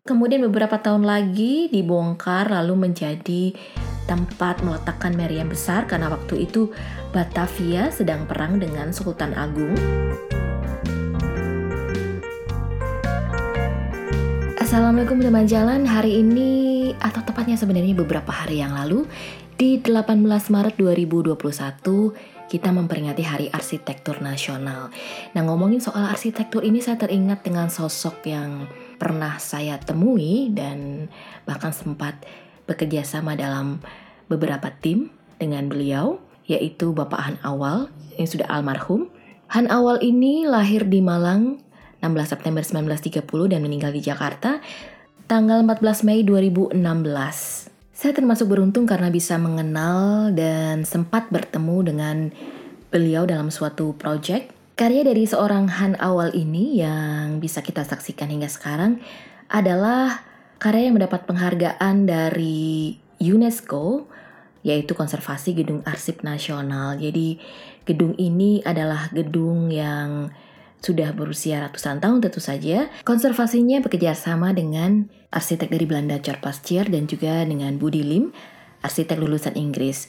Kemudian beberapa tahun lagi dibongkar lalu menjadi tempat meletakkan meriam besar karena waktu itu Batavia sedang perang dengan Sultan Agung. Assalamualaikum teman jalan, hari ini atau tepatnya sebenarnya beberapa hari yang lalu di 18 Maret 2021 kita memperingati Hari Arsitektur Nasional. Nah, ngomongin soal arsitektur ini saya teringat dengan sosok yang pernah saya temui dan bahkan sempat bekerja sama dalam beberapa tim dengan beliau, yaitu Bapak Han Awal yang sudah almarhum. Han Awal ini lahir di Malang 16 September 1930 dan meninggal di Jakarta tanggal 14 Mei 2016. Saya termasuk beruntung karena bisa mengenal dan sempat bertemu dengan beliau dalam suatu proyek. Karya dari seorang Han Awal ini yang bisa kita saksikan hingga sekarang adalah karya yang mendapat penghargaan dari UNESCO, yaitu konservasi gedung arsip nasional. Jadi gedung ini adalah gedung yang sudah berusia ratusan tahun tentu saja. Konservasinya bekerja sama dengan arsitek dari Belanda Cor Paschier dan juga dengan Budi Lim, arsitek lulusan Inggris.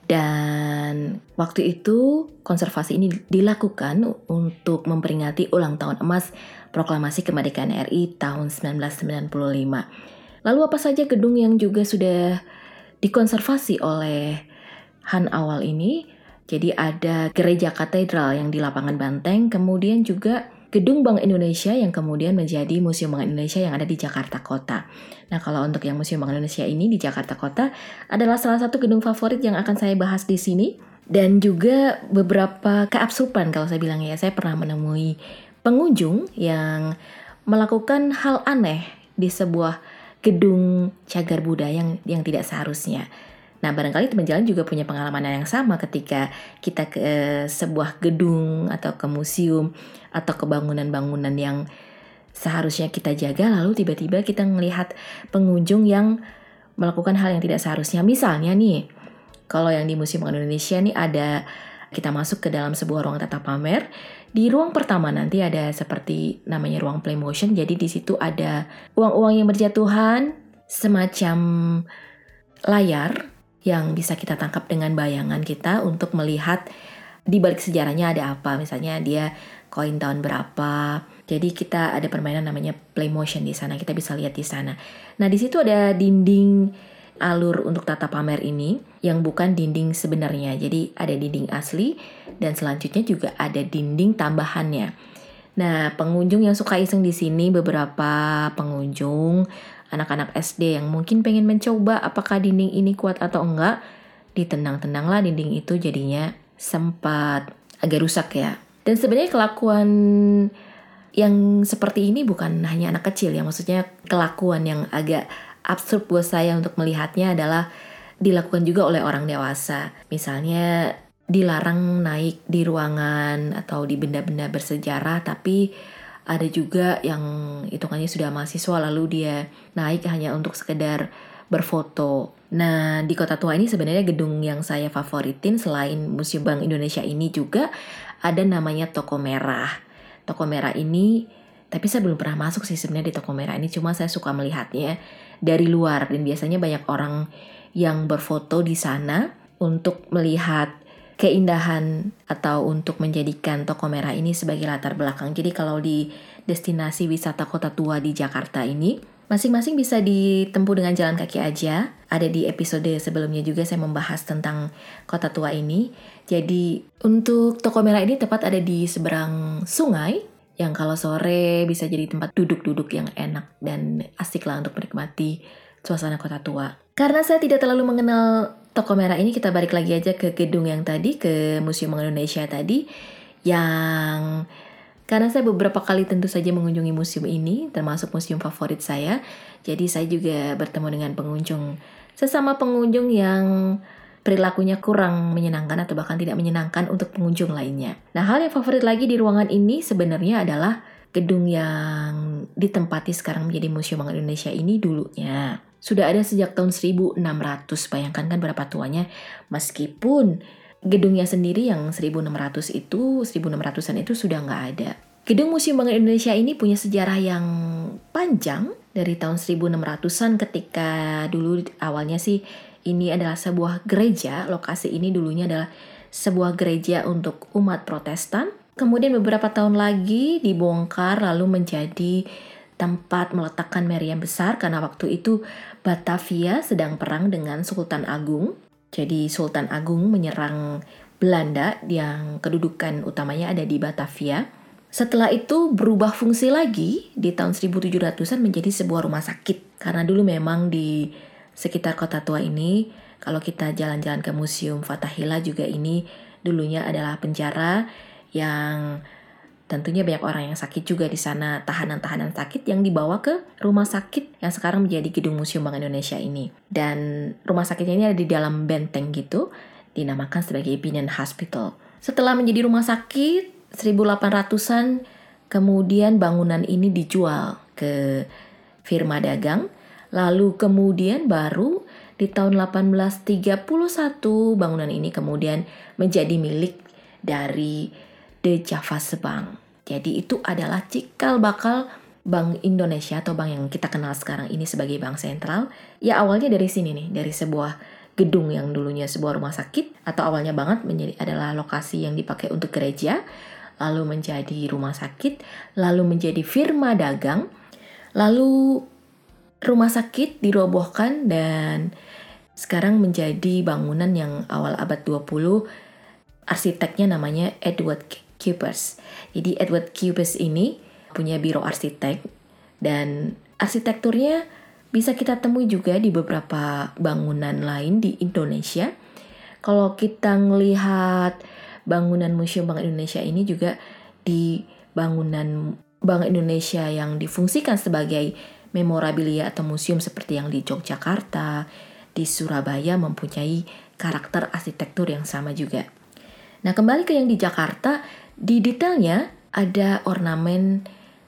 Dan waktu itu konservasi ini dilakukan untuk memperingati ulang tahun emas Proklamasi Kemerdekaan RI tahun 1995. Lalu apa saja gedung yang juga sudah dikonservasi oleh Han Awal ini? Jadi ada Gereja Katedral yang di Lapangan Banteng, kemudian juga Gedung Bank Indonesia yang kemudian menjadi Museum Bank Indonesia yang ada di Jakarta Kota. Nah, kalau untuk yang Museum Bank Indonesia ini di Jakarta Kota adalah salah satu gedung favorit yang akan saya bahas di sini. Dan juga beberapa keabsurdan kalau saya bilang ya, saya pernah menemui pengunjung yang melakukan hal aneh di sebuah gedung cagar budaya yang tidak seharusnya. Nah, barangkali teman jalan juga punya pengalaman yang sama ketika kita ke sebuah gedung atau ke museum atau ke bangunan-bangunan yang seharusnya kita jaga, lalu tiba-tiba kita melihat pengunjung yang melakukan hal yang tidak seharusnya. Misalnya nih, kalau yang di Museum Bank Indonesia nih ada, kita masuk ke dalam sebuah ruang tata pamer. Di ruang pertama nanti ada seperti namanya ruang play motion, jadi di situ ada uang-uang yang berjatuhan, semacam layar yang bisa kita tangkap dengan bayangan kita untuk melihat di balik sejarahnya ada apa. Misalnya dia koin tahun berapa. Jadi kita ada permainan namanya play motion di sana. Kita bisa lihat di sana. Nah, di situ ada dinding alur untuk tata pamer ini yang bukan dinding sebenarnya. Jadi ada dinding asli dan selanjutnya juga ada dinding tambahannya. Nah, pengunjung yang suka iseng di sini, beberapa pengunjung anak-anak SD yang mungkin pengen mencoba apakah dinding ini kuat atau enggak, ditendang-tendanglah dinding itu, jadinya sempat agak rusak ya. Dan sebenarnya kelakuan yang seperti ini bukan hanya anak kecil ya, maksudnya kelakuan yang agak absurd buat saya untuk melihatnya adalah dilakukan juga oleh orang dewasa. Misalnya dilarang naik di ruangan atau di benda-benda bersejarah, tapi ada juga yang hitungannya sudah mahasiswa lalu dia naik hanya untuk sekedar berfoto. Nah, di Kota Tua ini sebenarnya gedung yang saya favoritin selain Museum Bank Indonesia ini juga ada namanya Toko Merah. Toko Merah ini, tapi saya belum pernah masuk sih sebenarnya di Toko Merah ini, cuma saya suka melihatnya dari luar dan biasanya banyak orang yang berfoto di sana untuk melihat keindahan atau untuk menjadikan Toko Merah ini sebagai latar belakang. Jadi kalau di destinasi wisata Kota Tua di Jakarta ini, masing-masing bisa ditempuh dengan jalan kaki aja. Ada di episode sebelumnya juga saya membahas tentang Kota Tua ini. Jadi untuk Toko Merah ini tepat ada di seberang sungai, yang kalau sore bisa jadi tempat duduk-duduk yang enak dan asik lah untuk menikmati suasana Kota Tua. Karena saya tidak terlalu mengenal Toko Merah ini, kita balik lagi aja ke gedung yang tadi, ke Museum Bank Indonesia tadi, yang karena saya beberapa kali tentu saja mengunjungi museum ini, termasuk museum favorit saya, jadi saya juga bertemu dengan pengunjung, sesama pengunjung yang perilakunya kurang menyenangkan atau bahkan tidak menyenangkan untuk pengunjung lainnya. Nah, hal yang favorit lagi di ruangan ini sebenarnya adalah gedung yang ditempati sekarang menjadi Museum Bank Indonesia ini dulunya sudah ada sejak tahun 1600, bayangkan kan berapa tuanya, meskipun gedungnya sendiri yang 1600-an itu sudah nggak ada. Gedung Museum Bank Indonesia ini punya sejarah yang panjang dari tahun 1600-an ketika dulu awalnya sih ini adalah sebuah gereja. Lokasi ini dulunya adalah sebuah gereja untuk umat Protestan. Kemudian beberapa tahun lagi dibongkar lalu menjadi tempat meletakkan meriam besar karena waktu itu Batavia sedang perang dengan Sultan Agung. Jadi Sultan Agung menyerang Belanda yang kedudukan utamanya ada di Batavia. Setelah itu berubah fungsi lagi di tahun 1700-an menjadi sebuah rumah sakit. Karena dulu memang di sekitar kota tua ini, kalau kita jalan-jalan ke Museum Fathahillah juga ini dulunya adalah penjara yang tentunya banyak orang yang sakit juga di sana, tahanan-tahanan sakit yang dibawa ke rumah sakit yang sekarang menjadi gedung Museum Bank Indonesia ini. Dan rumah sakitnya ini ada di dalam benteng gitu, dinamakan sebagai Binnen Hospital. Setelah menjadi rumah sakit, 1800-an kemudian bangunan ini dijual ke firma dagang. Lalu kemudian baru di tahun 1831 bangunan ini kemudian menjadi milik dari The Javaanse Bank. Jadi itu adalah cikal bakal Bank Indonesia atau bank yang kita kenal sekarang ini sebagai bank sentral. Ya awalnya dari sini nih, dari sebuah gedung yang dulunya sebuah rumah sakit atau awalnya banget menjadi adalah lokasi yang dipakai untuk gereja, lalu menjadi rumah sakit, lalu menjadi firma dagang, lalu rumah sakit dirobohkan dan sekarang menjadi bangunan yang awal abad 20, arsiteknya namanya Edward Cuypers. Jadi Edward Cuypers ini punya biro arsitek dan arsitekturnya bisa kita temui juga di beberapa bangunan lain di Indonesia. Kalau kita ngelihat bangunan Museum Bank Indonesia ini juga di bangunan Bank Indonesia yang difungsikan sebagai memorabilia atau museum seperti yang di Yogyakarta, di Surabaya mempunyai karakter arsitektur yang sama juga. Nah, kembali ke yang di Jakarta, di detailnya ada ornamen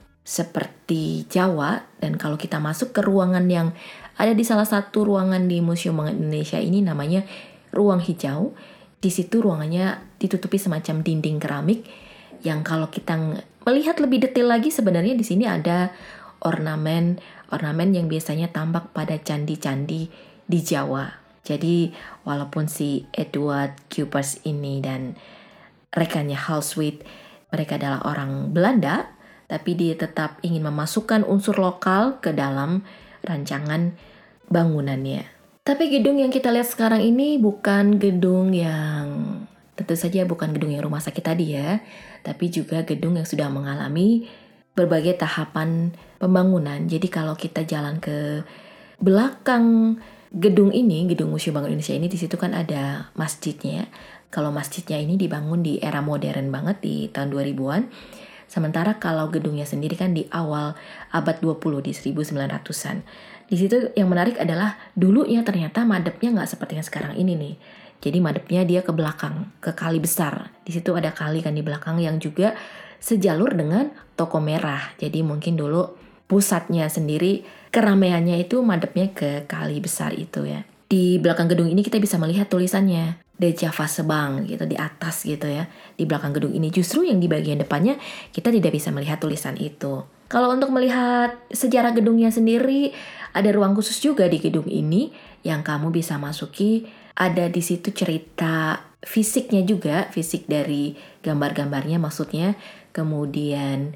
seperti Jawa, dan kalau kita masuk ke ruangan yang ada di salah satu ruangan di Museum Bank Indonesia ini namanya ruang hijau. Di situ ruangannya ditutupi semacam dinding keramik yang kalau kita melihat lebih detail lagi sebenarnya di sini ada ornamen yang biasanya tampak pada candi-candi di Jawa. Jadi walaupun si Edward Cuypers ini dan rekannya Halswit mereka adalah orang Belanda, tapi dia tetap ingin memasukkan unsur lokal ke dalam rancangan bangunannya. Tapi gedung yang kita lihat sekarang ini bukan gedung yang, tentu saja bukan gedung yang rumah sakit tadi ya, tapi juga gedung yang sudah mengalami berbagai tahapan pembangunan. Jadi kalau kita jalan ke belakang gedung ini, gedung Museum Bank Indonesia ini, di situ kan ada masjidnya. Kalau masjidnya ini dibangun di era modern banget di tahun 2000-an. Sementara kalau gedungnya sendiri kan di awal abad 20 di 1900-an. Di situ yang menarik adalah dulunya ternyata madepnya nggak seperti yang sekarang ini nih. Jadi madepnya dia ke belakang, ke kali besar. Di situ ada kali kan di belakang yang juga sejalur dengan Toko Merah. Jadi mungkin dulu pusatnya sendiri keramaiannya itu madepnya ke kali besar itu ya. Di belakang gedung ini kita bisa melihat tulisannya The Javaanse Bank gitu di atas gitu ya. Di belakang gedung ini justru yang di bagian depannya kita tidak bisa melihat tulisan itu. Kalau untuk melihat sejarah gedungnya sendiri, ada ruang khusus juga di gedung ini yang kamu bisa masuki. Ada di situ cerita fisiknya juga, fisik dari gambar-gambarnya maksudnya, kemudian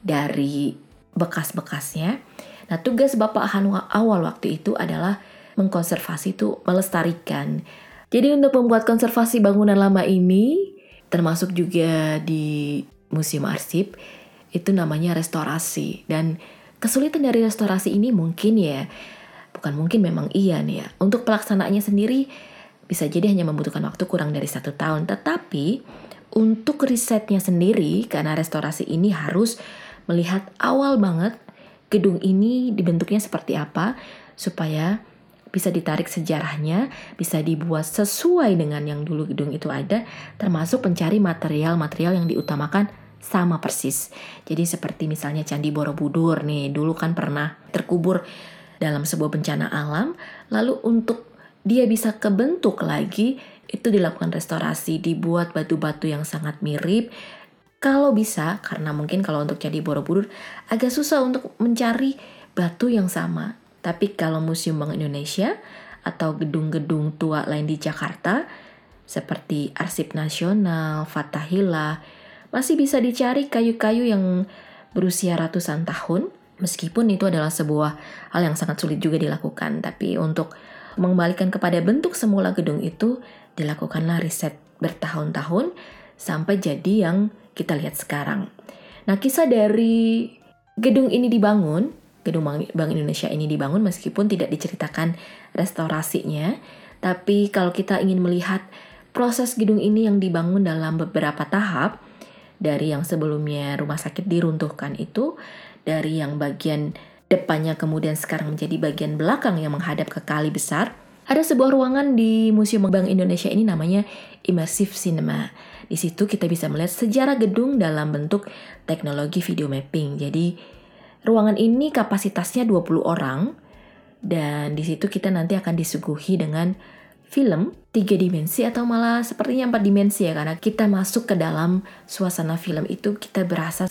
dari bekas-bekasnya. Nah, tugas Bapak Hanwa awal waktu itu adalah mengkonservasi itu, melestarikan. Jadi untuk membuat konservasi bangunan lama ini, termasuk juga di Museum Arsip, itu namanya restorasi. Dan kesulitan dari restorasi ini mungkin ya, bukan mungkin memang iya nih ya. Untuk pelaksanaannya sendiri bisa jadi hanya membutuhkan waktu kurang dari 1 tahun. Tetapi untuk risetnya sendiri, karena restorasi ini harus melihat awal banget gedung ini dibentuknya seperti apa, supaya bisa ditarik sejarahnya, bisa dibuat sesuai dengan yang dulu gedung itu ada, termasuk mencari material-material yang diutamakan sama persis. Jadi seperti misalnya Candi Borobudur nih, dulu kan pernah terkubur dalam sebuah bencana alam, lalu untuk dia bisa kebentuk lagi, itu dilakukan restorasi, dibuat batu-batu yang sangat mirip. Kalau bisa, karena mungkin kalau untuk Candi Borobudur agak susah untuk mencari batu yang sama. Tapi kalau Museum Bank Indonesia atau gedung-gedung tua lain di Jakarta, seperti Arsip Nasional, Fathahillah, masih bisa dicari kayu-kayu yang berusia ratusan tahun. Meskipun itu adalah sebuah hal yang sangat sulit juga dilakukan. Tapi untuk mengembalikan kepada bentuk semula gedung itu, dilakukanlah riset bertahun-tahun sampai jadi yang kita lihat sekarang. Nah, kisah dari gedung ini dibangun, gedung Bank Indonesia ini dibangun meskipun tidak diceritakan restorasinya. Tapi kalau kita ingin melihat proses gedung ini yang dibangun dalam beberapa tahap, dari yang sebelumnya rumah sakit diruntuhkan itu, dari yang bagian depannya kemudian sekarang menjadi bagian belakang yang menghadap ke kali besar. Ada sebuah ruangan di Museum Bank Indonesia ini namanya Immersive Cinema. Di situ kita bisa melihat sejarah gedung dalam bentuk teknologi video mapping. Jadi ruangan ini kapasitasnya 20 orang dan di situ kita nanti akan disuguhi dengan film 3 dimensi atau malah sepertinya 4 dimensi ya, karena kita masuk ke dalam suasana film itu kita berasa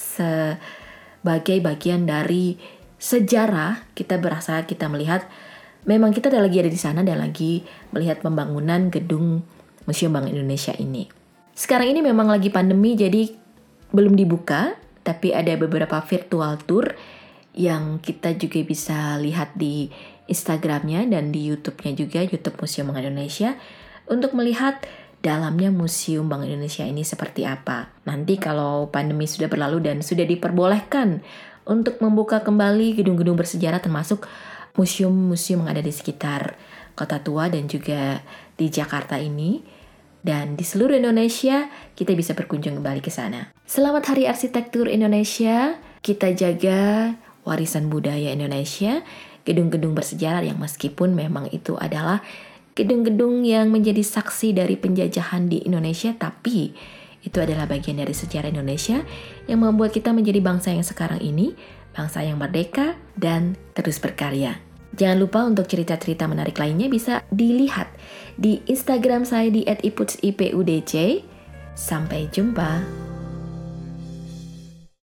sebagai bagian dari sejarah. Kita berasa kita melihat memang kita ada di sana dan lagi melihat pembangunan gedung Museum Bank Indonesia ini. Sekarang ini memang lagi pandemi jadi belum dibuka, tapi ada beberapa virtual tour yang kita juga bisa lihat di Instagramnya dan di YouTube-nya juga, YouTube Museum Bank Indonesia, untuk melihat dalamnya Museum Bank Indonesia ini seperti apa. Nanti kalau pandemi sudah berlalu dan sudah diperbolehkan untuk membuka kembali gedung-gedung bersejarah termasuk museum-museum yang ada di sekitar Kota Tua dan juga di Jakarta ini, dan di seluruh Indonesia, kita bisa berkunjung kembali ke sana. Selamat Hari Arsitektur Indonesia, kita jaga warisan budaya Indonesia, gedung-gedung bersejarah yang meskipun memang itu adalah gedung-gedung yang menjadi saksi dari penjajahan di Indonesia, tapi itu adalah bagian dari sejarah Indonesia yang membuat kita menjadi bangsa yang sekarang ini, bangsa yang merdeka dan terus berkarya. Jangan lupa untuk cerita-cerita menarik lainnya bisa dilihat di Instagram saya di @iputsipudc. Sampai jumpa.